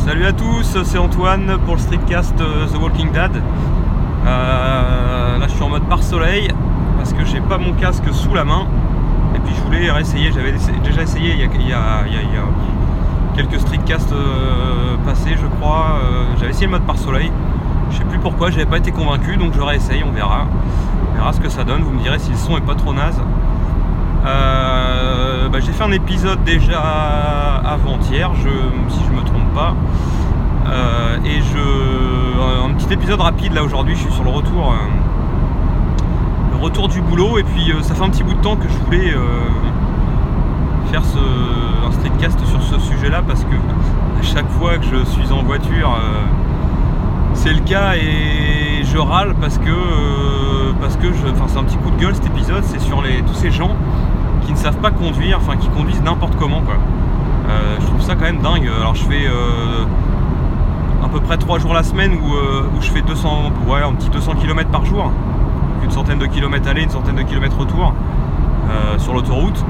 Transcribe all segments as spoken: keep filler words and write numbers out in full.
Salut à tous, c'est Antoine pour le streetcast The Walking Dead. Euh, là je suis en mode par soleil parce que j'ai pas mon casque sous la main. Et puis je voulais réessayer, j'avais déjà essayé il y a, il y a, il y a, il y a quelques streetcasts euh, passés je crois. Euh, j'avais essayé le mode par soleil. Je sais plus pourquoi, j'avais pas été convaincu, donc je réessaye, on verra. On verra ce que ça donne, vous me direz si le son est pas trop naze. Euh, bah, j'ai fait un épisode déjà avant-hier, je, si je me trompe pas, euh, et je un petit épisode rapide là aujourd'hui. Je suis sur le retour, euh, le retour du boulot, et puis euh, ça fait un petit bout de temps que je voulais euh, faire ce, un streetcast sur ce sujet-là parce que à chaque fois que je suis en voiture, euh, c'est le cas et je râle parce que euh, parce que je, enfin c'est un petit coup de gueule cet épisode, c'est sur les tous ces gens qui ne savent pas conduire, enfin qui conduisent n'importe comment quoi. Euh, je trouve ça quand même dingue. Alors je fais euh, à peu près trois jours la semaine où, euh, où je fais deux cents, ouais, un petit deux cents kilomètres par jour, une centaine de kilomètres aller, une centaine de kilomètres retour euh, sur l'autoroute,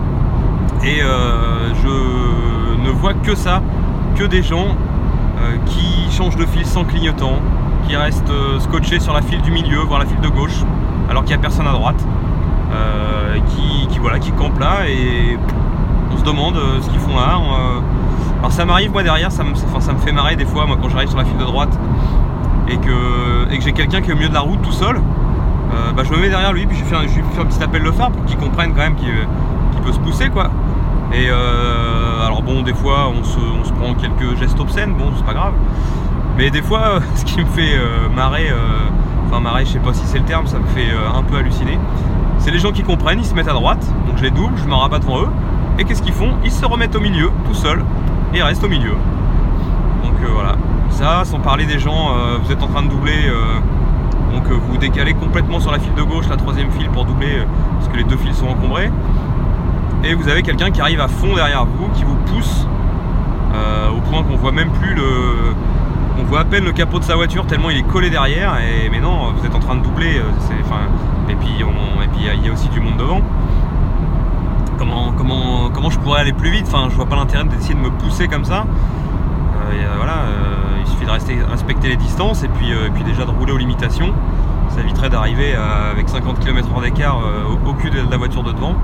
et euh, je ne vois que ça, que des gens euh, qui changent de fil sans clignotant, qui restent euh, scotchés sur la file du milieu, voire la file de gauche, alors qu'il n'y a personne à droite. Euh, qui, qui, voilà, qui campent là et on se demande euh, ce qu'ils font là. Euh, alors ça m'arrive moi derrière, ça me, enfin, ça me fait marrer des fois moi quand j'arrive sur la file de droite et que, et que j'ai quelqu'un qui est au milieu de la route tout seul. Euh, bah, je me mets derrière lui puis je lui fais un, je lui fais un petit appel de phare pour qu'il comprenne quand même qu'il qu'il peut se pousser quoi. Et euh, alors bon, des fois on se, on se prend quelques gestes obscènes, bon c'est pas grave. Mais des fois ce qui me fait euh, marrer, euh, enfin marrer je sais pas si c'est le terme, ça me fait euh, un peu halluciner. C'est les gens qui comprennent, ils se mettent à droite, donc je les double, je me rabats devant eux, et qu'est-ce qu'ils font? Ils se remettent au milieu, tout seuls, et ils restent au milieu. Donc euh, voilà, ça, sans parler des gens, euh, vous êtes en train de doubler, euh, donc euh, vous vous décalez complètement sur la file de gauche, la troisième file pour doubler, euh, parce que les deux files sont encombrées, et vous avez quelqu'un qui arrive à fond derrière vous, qui vous pousse, euh, au point qu'on voit même plus le... On voit à peine le capot de sa voiture tellement il est collé derrière, et mais non, vous êtes en train de doubler, c'est, enfin, et puis on, et puis il y a aussi du monde devant. Comment, comment, comment je pourrais aller plus vite? Enfin, je vois pas l'intérêt d'essayer de me pousser comme ça. Euh, et, euh, voilà, euh, il suffit de rester respecter les distances et puis, euh, et puis déjà de rouler aux limitations. Ça éviterait d'arriver avec cinquante kilomètres heure d'écart euh, au, au cul de la voiture de devant.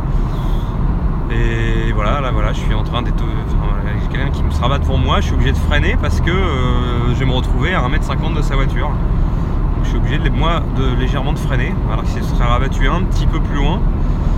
Et voilà, là voilà, je suis en train d'être, enfin, j'ai quelqu'un qui me se rabat devant moi, je suis obligé de freiner parce que euh, je vais me retrouver à un mètre cinquante de sa voiture. Donc, je suis obligé de, moi de légèrement de freiner, alors que si ce serait rabattu un petit peu plus loin.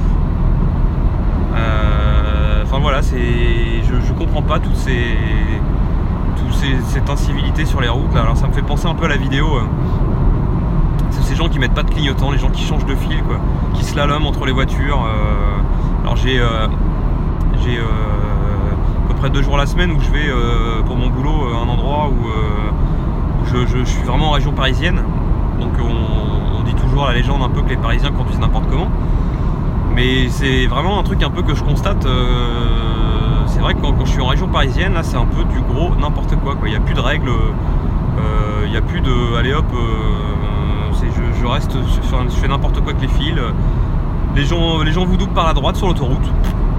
Euh, enfin voilà, c'est, je, je comprends pas toutes ces, toutes ces, cette incivilité sur les routes là. Alors ça me fait penser un peu à la vidéo. Euh, c'est ces gens qui mettent pas de clignotant, les gens qui changent de fil quoi, qui slaloment entre les voitures. Euh, Alors j'ai euh, j'ai euh, à peu près deux jours la semaine où je vais euh, pour mon boulot à un endroit où, euh, où je, je, je suis vraiment en région parisienne. Donc on, on dit toujours la légende un peu que les Parisiens conduisent n'importe comment. Mais c'est vraiment un truc un peu que je constate. Euh, c'est vrai que quand, quand je suis en région parisienne, là c'est un peu du gros n'importe quoi, quoi. Il n'y a plus de règles, euh, il n'y a plus de allez hop, euh, je, je reste, je, je fais n'importe quoi avec les fils. Les gens, les gens vous doublent par la droite sur l'autoroute.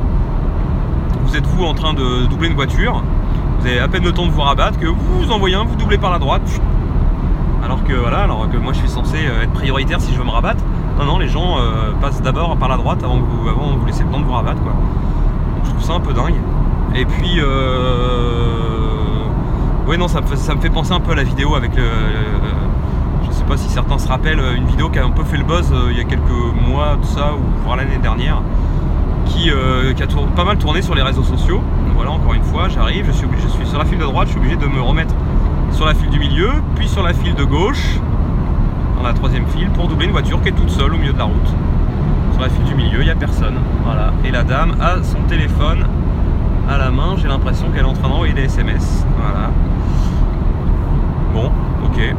Vous êtes vous en train de doubler une voiture. Vous avez à peine le temps de vous rabattre que vous vous envoyez un, vous doublez par la droite. Alors que voilà, alors que moi je suis censé être prioritaire si je veux me rabattre. Non non, les gens euh, passent d'abord par la droite avant que vous, avant de vous laisser le temps de vous rabattre quoi. Donc je trouve ça un peu dingue. Et puis euh... ouais non, ça me, fait, ça me fait penser un peu à la vidéo avec le. Je sais pas si certains se rappellent une vidéo qui a un peu fait le buzz euh, il y a quelques mois de ça, ou voire l'année dernière, qui, euh, qui a tour pas mal tourné sur les réseaux sociaux. Donc voilà, encore une fois, j'arrive, je suis, je suis sur la file de droite, je suis obligé de me remettre sur la file du milieu, puis sur la file de gauche, dans la troisième file, pour doubler une voiture qui est toute seule au milieu de la route. Sur la file du milieu, il n'y a personne. Voilà. Et la dame a son téléphone à la main, j'ai l'impression qu'elle est en train d'envoyer des S M S. Voilà. Bon, ok.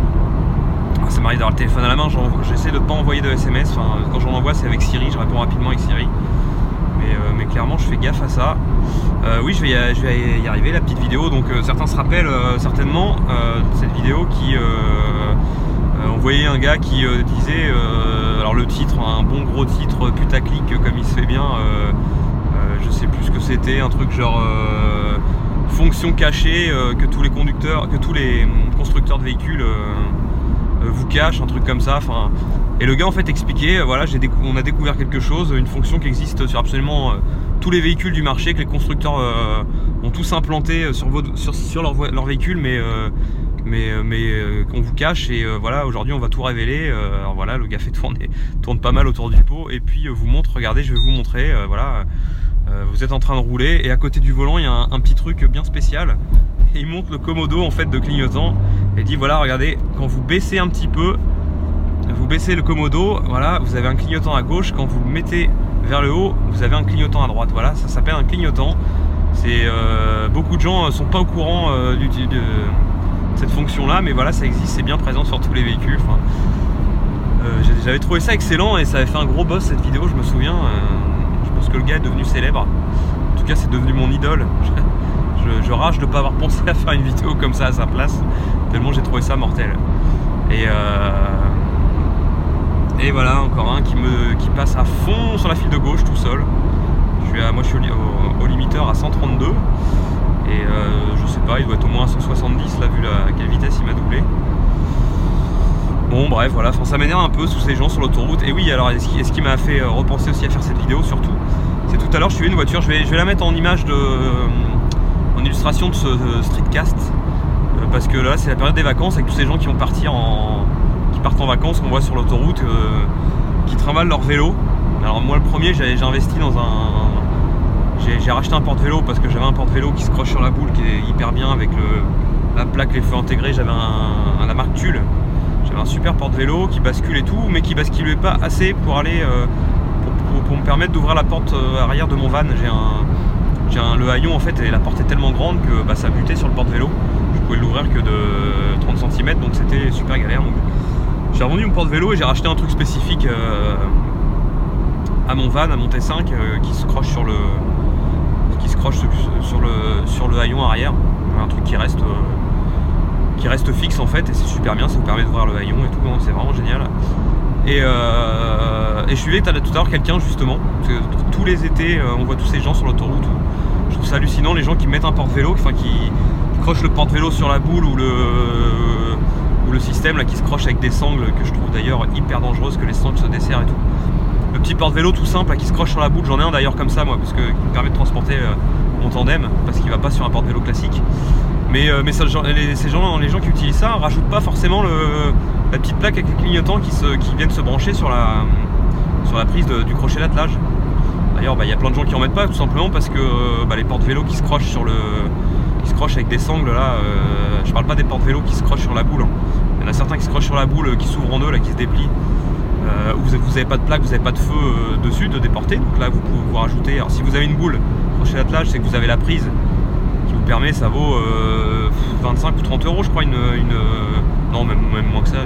Ça m'arrive d'avoir le téléphone à la main, j'essaie de ne pas envoyer de S M S, enfin, quand j'en envoie c'est avec Siri, je réponds rapidement avec Siri. Mais, euh, mais clairement je fais gaffe à ça. Euh, oui, je vais, y, je vais y arriver, la petite vidéo. Donc euh, certains se rappellent euh, certainement euh, cette vidéo qui... Euh, euh, on voyait un gars qui euh, disait, euh, alors le titre, un bon gros titre putaclic comme il se fait bien, euh, euh, je sais plus ce que c'était, un truc genre... Euh, fonction cachée euh, que tous les conducteurs, que tous les constructeurs de véhicules euh, euh, vous cachent, un truc comme ça. Enfin, et le gars en fait expliquait, euh, voilà, j'ai décou on a découvert quelque chose, une fonction qui existe sur absolument euh, tous les véhicules du marché, que les constructeurs euh, ont tous implanté sur, vos, sur, sur leur, leur véhicule, mais euh, mais, mais euh, qu'on vous cache. Et euh, voilà, aujourd'hui on va tout révéler. Euh, alors voilà, le gars fait tourner, tourne pas mal autour du pot et puis euh, vous montre, regardez, je vais vous montrer, euh, voilà, euh, vous êtes en train de rouler et à côté du volant il y a un, un petit truc bien spécial. Et il montre le commodo en fait de clignotant et dit voilà, regardez, quand vous baissez un petit peu, vous baissez le commodo, voilà, vous avez un clignotant à gauche, quand vous le mettez vers le haut, vous avez un clignotant à droite. Voilà, ça s'appelle un clignotant. C'est euh, beaucoup de gens sont pas au courant euh, du, de, de cette fonction là, mais voilà, ça existe, c'est bien présent sur tous les véhicules. Enfin, euh, j'avais trouvé ça excellent et ça avait fait un gros buzz cette vidéo, je me souviens. Euh, je pense que le gars est devenu célèbre. En tout cas, c'est devenu mon idole. Je, je rage de ne pas avoir pensé à faire une vidéo comme ça à sa place, tellement j'ai trouvé ça mortel. Et, euh, et voilà, encore un qui, me, qui passe à fond sur la file de gauche tout seul. Je suis à, moi je suis au, au, au limiteur à cent trente-deux. Et euh, je sais pas, il doit être au moins à cent soixante-dix là, vu la, à quelle vitesse il m'a doublé. Bon bref, voilà, enfin, ça m'énerve un peu tous ces gens sur l'autoroute. Et oui, alors ce qui, ce qui m'a fait repenser aussi à faire cette vidéo surtout, c'est tout à l'heure je suivais une voiture, je vais, je vais la mettre en image de... en illustration de ce de streetcast, euh, parce que là c'est la période des vacances avec tous ces gens qui vont partir en qui partent en vacances, qu'on voit sur l'autoroute, euh, qui trimballent leur vélo. Alors moi le premier, j'ai investi dans un j'ai racheté un porte-vélo parce que j'avais un porte-vélo qui se croche sur la boule, qui est hyper bien avec le, la plaque, les feux intégrés. J'avais un, un la marque Tulle, j'avais un super porte-vélo qui bascule et tout, mais qui basculait pas assez pour aller euh, pour, pour, pour me permettre d'ouvrir la porte arrière de mon van. J'ai un J'ai un, le haillon en fait, et la porte est tellement grande que bah, ça butait sur le porte-vélo. Je pouvais l'ouvrir que de trente centimètres, donc c'était super galère. J'ai revendu mon porte-vélo et j'ai racheté un truc spécifique euh, à mon van, à mon T cinq, euh, qui se croche sur le qui se croche sur le sur le haillon arrière. Un truc qui reste euh, qui reste fixe en fait, et c'est super bien, ça vous permet d'ouvrir le haillon et tout, c'est vraiment génial. Et, euh, et je suivais tout à l'heure quelqu'un justement, parce que tous les étés euh, on voit tous ces gens sur l'autoroute. Je trouve ça hallucinant, les gens qui mettent un porte-vélo, enfin qui, qui crochent le porte-vélo sur la boule, ou le, ou le système là qui se croche avec des sangles, que je trouve d'ailleurs hyper dangereuse, que les sangles se desserrent et tout. Le petit porte-vélo tout simple là, qui se croche sur la boule, j'en ai un d'ailleurs comme ça moi, parce que qui me permet de transporter euh, mon tandem, parce qu'il va pas sur un porte-vélo classique. Mais, euh, mais ça, les, ces gens, les gens qui utilisent ça rajoutent pas forcément le, la petite plaque avec les clignotants qui, se, qui viennent se brancher sur la, sur la prise de, du crochet d'attelage. D'ailleurs, bah, y a plein de gens qui en mettent pas, tout simplement parce que bah, les porte-vélos qui se crochent sur le, qui se crochent avec des sangles là, euh, je parle pas des porte-vélos qui se crochent sur la boule. Hein. Il y en a certains qui se crochent sur la boule, qui s'ouvrent en deux, là, qui se déplient. Euh, où vous n'avez pas de plaque, vous n'avez pas de feu euh, dessus de déporter. Donc là, vous pouvez vous rajouter. Alors si vous avez une boule crochet d'attelage, c'est que vous avez la prise qui vous permet, ça vaut euh, vingt-cinq ou trente euros, je crois, une, une non même, même moins que ça.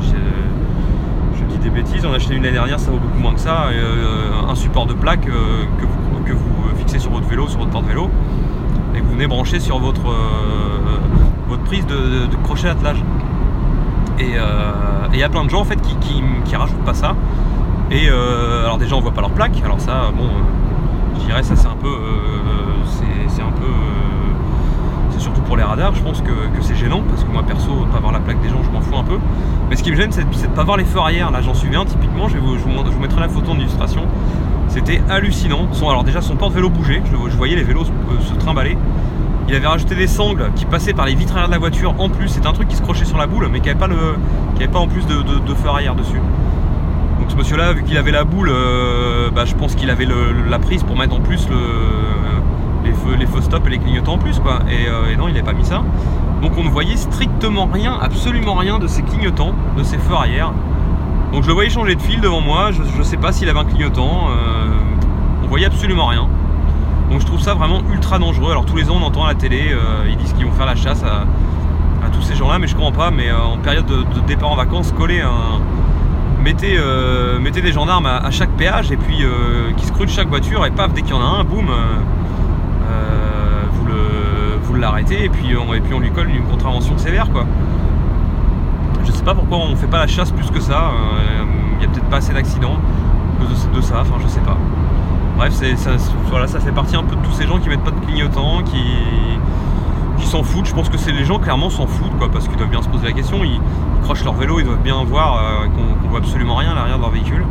Je dis des bêtises, on a acheté une l'année dernière, ça vaut beaucoup moins que ça. Euh, un support de plaque euh, que, vous, que vous fixez sur votre vélo, sur votre porte-vélo, et que vous venez brancher sur votre, euh, votre prise de, de, de crochet d'attelage. Et il euh, y a plein de gens en fait qui, qui, qui rajoutent pas ça. Et euh, alors déjà on voit pas leur plaque. Alors ça, bon, euh, je dirais ça c'est un peu, euh, c'est un peu, euh, c'est surtout pour les radars. Je pense que, que c'est gênant parce que moi perso, pas voir la plaque des gens, je m'en fous un peu. Mais ce qui me gêne, c'est de pas voir les feux arrière. Là, j'en suis un typiquement. Je, vais vous, je, vous, je vous mettrai la photo en illustration. C'était hallucinant. Son, alors déjà son porte-vélo bougeait. Je, je voyais les vélos se, se trimballer. Il avait rajouté des sangles qui passaient par les vitres arrière de la voiture en plus. C'était un truc qui se crochait sur la boule, mais qui n'avait pas, le, qui avait pas en plus de, de, de feu arrière dessus. Donc ce monsieur là, vu qu'il avait la boule, euh, bah, je pense qu'il avait le, la prise pour mettre en plus le, les, feux, les feux stop et les clignotants en plus, quoi. Et, euh, et non, il n'avait pas mis ça. Donc on ne voyait strictement rien, absolument rien de ces clignotants, de ces feux arrière. Donc je le voyais changer de fil devant moi. Je ne sais pas s'il avait un clignotant. Euh, on voyait absolument rien. Donc je trouve ça vraiment ultra dangereux. Alors tous les ans on entend à la télé, euh, ils disent qu'ils vont faire la chasse à, à tous ces gens là, mais je comprends pas. Mais euh, en période de, de départ en vacances, coller un... Mettez, euh, mettez des gendarmes à, à chaque péage, et puis euh, qui scrutent chaque voiture, et paf, dès qu'il y en a un, boum, euh, vous le vous l'arrêtez, et puis, on, et puis on lui colle une contravention sévère, quoi. Je sais pas pourquoi on fait pas la chasse plus que ça. Il euh, y a peut-être pas assez d'accidents de, de ça, enfin je sais pas. Bref, ça, voilà, ça fait partie un peu de tous ces gens qui mettent pas de clignotants, qui, qui s'en foutent. Je pense que c'est les gens clairement s'en foutent, quoi, parce qu'ils doivent bien se poser la question. Ils, ils crochent leur vélo, ils doivent bien voir euh, qu'on qu'on voit absolument rien à l'arrière de leur véhicule.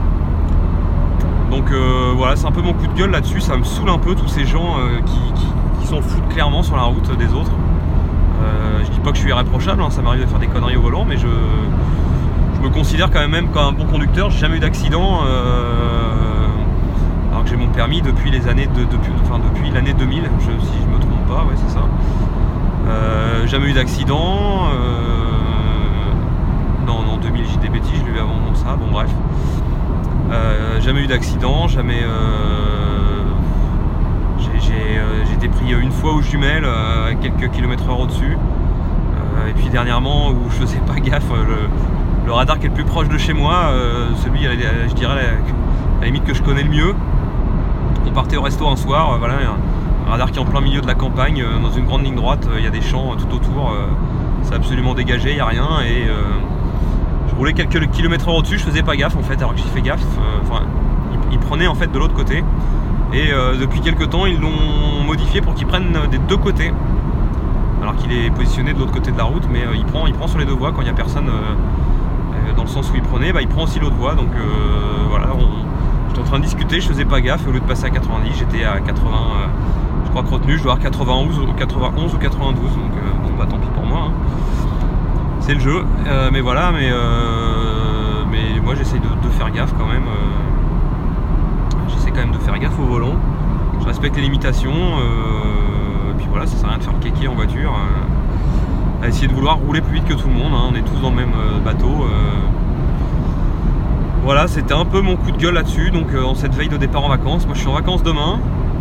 Donc euh, voilà, c'est un peu mon coup de gueule là-dessus. Ça me saoule un peu tous ces gens euh, qui, qui, qui s'en foutent clairement sur la route des autres. Euh, je dis pas que je suis irréprochable, hein, ça m'arrive de faire des conneries au volant, mais je, je me considère quand même comme un bon conducteur. J'ai jamais eu d'accident, euh, alors que j'ai mon permis depuis les années de, depuis, enfin depuis l'année deux mille, je, si je me trompe pas, ouais c'est ça. Euh, jamais eu d'accident. Euh, non non deux mille, j'ai des bêtises, je l'ai eu avant ça. Bon bref. Euh, jamais eu d'accident, jamais. Euh, j'ai euh, été pris une fois aux jumelles, euh, quelques kilomètres heure au-dessus. Euh, et puis dernièrement, où je faisais pas gaffe, le, le radar qui est le plus proche de chez moi, euh, celui, je dirais, à la limite que je connais le mieux. On partait au resto un soir, euh, voilà, un, un radar qui est en plein milieu de la campagne, euh, dans une grande ligne droite, il euh, y a des champs euh, tout autour, euh, c'est absolument dégagé, il n'y a rien. Et euh, je roulais quelques kilomètres heure au-dessus, je faisais pas gaffe en fait, alors que j'ai fait gaffe. Enfin, euh, il, il prenait en fait de l'autre côté. Et euh, depuis quelques temps, ils l'ont modifié pour qu'il prenne des deux côtés. Alors qu'il est positionné de l'autre côté de la route, mais euh, il, prend, il prend sur les deux voies quand il n'y a personne euh, dans le sens où il prenait, bah, il prend aussi l'autre voie. Donc euh, voilà, j'étais en train de discuter, je faisais pas gaffe. Au lieu de passer à quatre-vingt-dix, j'étais à quatre-vingts, euh, je crois que retenu, je dois avoir quatre-vingt-onze ou quatre-vingt-onze ou quatre-vingt-douze. Donc euh, bon, bah tant pis pour moi. Hein. C'est le jeu. Euh, mais voilà, mais, euh, mais moi j'essaye de, de faire gaffe quand même. Euh, J'essaie quand même de faire gaffe au volant. Je respecte les limitations. Euh, et puis voilà, ça sert à rien de faire le kéké en voiture. Euh, à essayer de vouloir rouler plus vite que tout le monde. Hein, on est tous dans le même euh, bateau. Euh, voilà, c'était un peu mon coup de gueule là-dessus. Donc euh, en cette veille de départ en vacances. Moi je suis en vacances demain.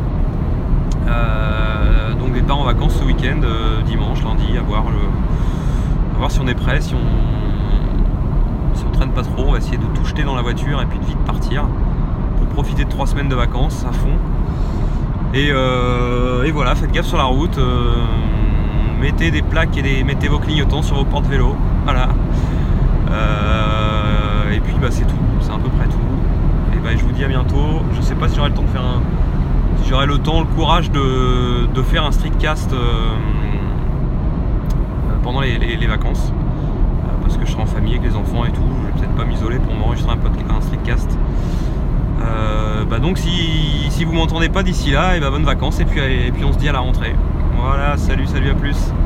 Euh, donc départ en vacances ce week-end, euh, dimanche, lundi, à voir, le, à voir si on est prêt, si on, si on traîne pas trop. On va essayer de tout jeter dans la voiture et puis de vite partir. Profiter de trois semaines de vacances à fond et, euh, et voilà, faites gaffe sur la route, euh, mettez des plaques et des, mettez vos clignotants sur vos porte-vélos, voilà, euh, et puis bah c'est tout, c'est à peu près tout. Et bah je vous dis à bientôt. Je sais pas si j'aurai le temps de faire un si j'aurai le temps, le courage de, de faire un streetcast euh, pendant les, les, les vacances, euh, parce que je serai en famille avec les enfants et tout. Je vais peut-être pas m'isoler pour m'enregistrer un, podcast, un streetcast. Euh, bah donc si, si vous m'entendez pas d'ici là, et bah bonnes vacances et puis, et puis on se dit à la rentrée. Voilà, salut, salut, à plus.